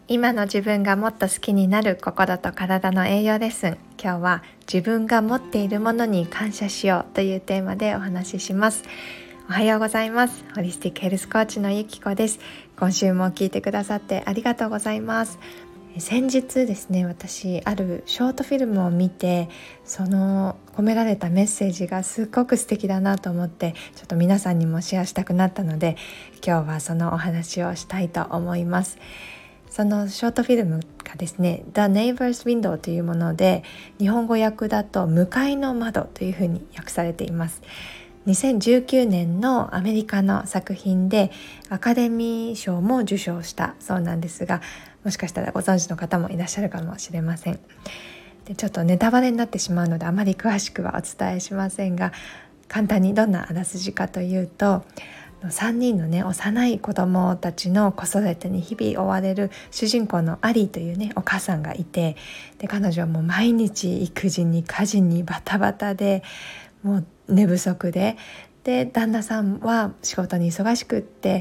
今の自分がもっと好きになる心と体の栄養レッスン。今日は自分が持っているものに感謝しようというテーマでお話しします。おはようございます。ホリスティックヘルスコーチのゆきこです。今週も聞いてくださってありがとうございます。先日ですね、私あるショートフィルムを見て、その込められたメッセージがすっごく素敵だなと思って、ちょっと皆さんにもシェアしたくなったので、今日はそのお話をしたいと思います。そのショートフィルムがですね The Neighbor's Window というもので、日本語訳だと向かいの窓というふうに訳されています。2019年のアメリカの作品でアカデミー賞も受賞したそうなんですが、もしかしたらご存知の方もいらっしゃるかもしれません。でちょっとネタバレになってしまうのであまり詳しくはお伝えしませんが、簡単にどんなあらすじかというと、3人のね幼い子供たちの子育てに日々追われる主人公のアリーというねお母さんがいて、で彼女はもう毎日育児に家事にバタバタで、もう寝不足で旦那さんは仕事に忙しくって、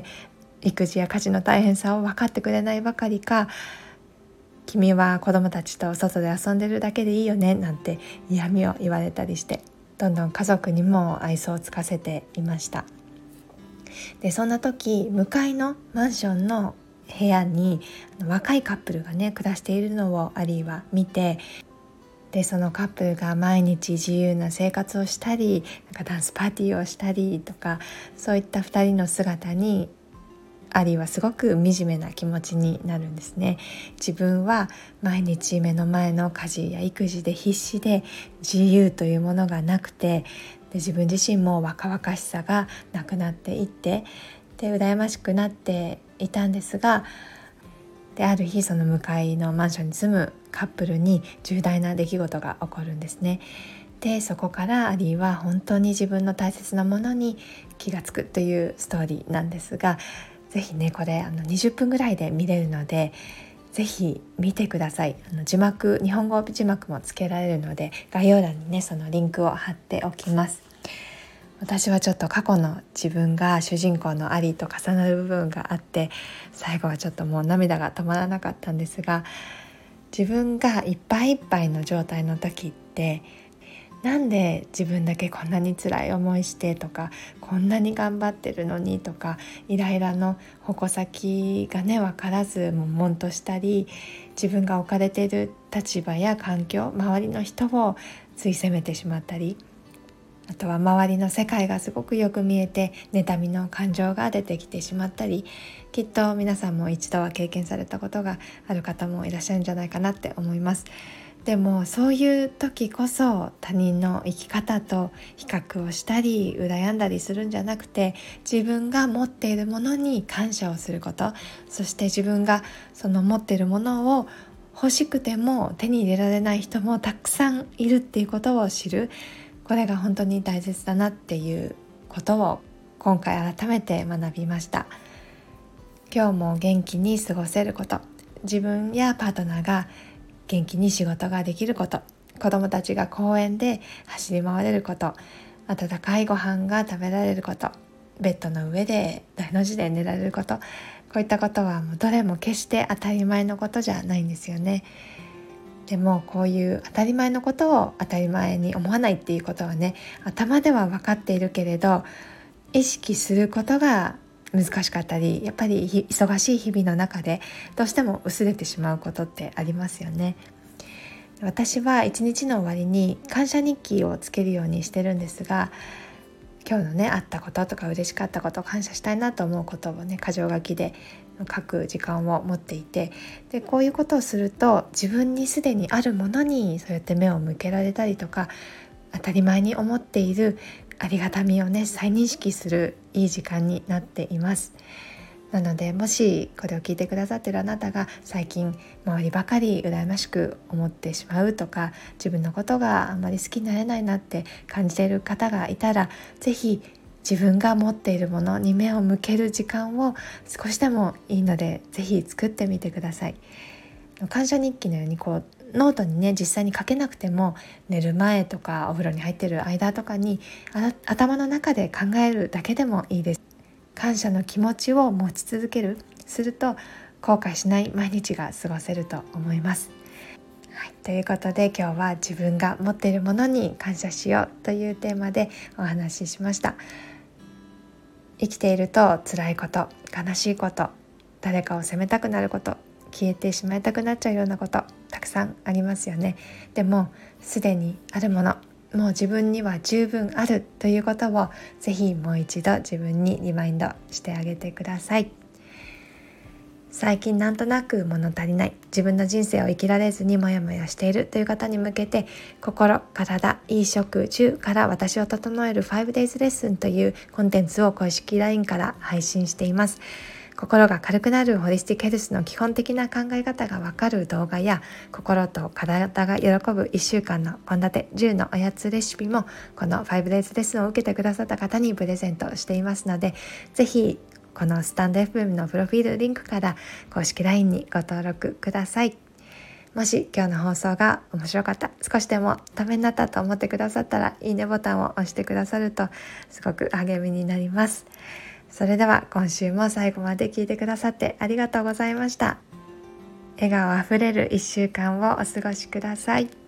育児や家事の大変さを分かってくれないばかりか、君は子供たちと外で遊んでるだけでいいよねなんて嫌味を言われたりして、どんどん家族にも愛想をつかせていました。でそんな時、向かいのマンションの部屋に若いカップルがね暮らしているのをアリーは見て、でそのカップルが毎日自由な生活をしたり、ダンスパーティーをしたりとか、そういった2人の姿にアリーはすごく惨めな気持ちになるんですね。自分は毎日目の前の家事や育児で必死で、自由というものがなくて、で自分自身も若々しさがなくなっていって、で羨ましくなっていたんですが、である日その向かいのマンションに住むカップルに重大な出来事が起こるんですね。でそこからアリーは本当に自分の大切なものに気がつくというストーリーなんですが、ぜひねこれ20分ぐらいで見れるので、ぜひ見てください。字幕、日本語字幕もつけられるので、概要欄にねそのリンクを貼っておきます。私はちょっと過去の自分が主人公のアリーと重なる部分があって、最後はちょっともう涙が止まらなかったんですが、自分がいっぱいいっぱいの状態の時って、なんで自分だけこんなに辛い思いしてとか、こんなに頑張ってるのにとか、イライラの矛先がね分からず悶々としたり、自分が置かれている立場や環境、周りの人をつい責めてしまったり、あとは周りの世界がすごくよく見えて妬みの感情が出てきてしまったり、きっと皆さんも一度は経験されたことがある方もいらっしゃるんじゃないかなって思います。でもそういう時こそ他人の生き方と比較をしたり羨んだりするんじゃなくて、自分が持っているものに感謝をすること、そして自分がその持っているものを欲しくても手に入れられない人もたくさんいるっていうことを知る、これが本当に大切だなっていうことを今回改めて学びました。今日も元気に過ごせること、自分やパートナーが元気に仕事ができること、子どもたちが公園で走り回れること、温かいご飯が食べられること、ベッドの上で大の字で寝られること、こういったことはもうどれも決して当たり前のことじゃないんですよね。でもこういう当たり前のことを当たり前に思わないっていうことはね、頭では分かっているけれど意識することが難しかったり、やっぱり忙しい日々の中でどうしても薄れてしまうことってありますよね。私は一日の終わりに感謝日記をつけるようにしてるんですが、今日のねあったこととか嬉しかったこと、感謝したいなと思うことをね箇条書きで書く時間を持っていて、でこういうことをすると自分にすでにあるものにそうやって目を向けられたりとか、当たり前に思っているありがたみをね再認識するいい時間になっています。なのでもしこれを聞いてくださっているあなたが最近周りばかり羨ましく思ってしまうとか、自分のことがあんまり好きになれないなって感じている方がいたら、ぜひ自分が持っているものに目を向ける時間を少しでもいいのでぜひ作ってみてください。感謝日記のようにノートにね実際に書けなくても、寝る前とかお風呂に入ってる間とかに頭の中で考えるだけでもいいです。感謝の気持ちを持ち続けるすると後悔しない毎日が過ごせると思います。はい、ということで今日は自分が持っているものに感謝しようというテーマでお話ししました。生きていると辛いこと、悲しいこと、誰かを責めたくなること、消えてしまいたくなっちゃうようなことたくさんありますよね。でもすでにあるもの、もう自分には十分あるということをぜひもう一度自分にリマインドしてあげてください。最近なんとなく物足りない、自分の人生を生きられずにモヤモヤしているという方に向けて、心、体、衣食住から私を整える 5days レッスンというコンテンツを公式 LINE から配信しています。心が軽くなるホリスティックヘルスの基本的な考え方がわかる動画や、心と体が喜ぶ1週間の献立10のおやつレシピもこの 5days レッスンを受けてくださった方にプレゼントしていますので、ぜひこのスタンド FM のプロフィールリンクから公式 LINE にご登録ください。もし今日の放送が面白かった、少しでもためになったと思ってくださったら、いいねボタンを押してくださるとすごく励みになります。それでは今週も最後まで聞いてくださってありがとうございました。笑顔あふれる1週間をお過ごしください。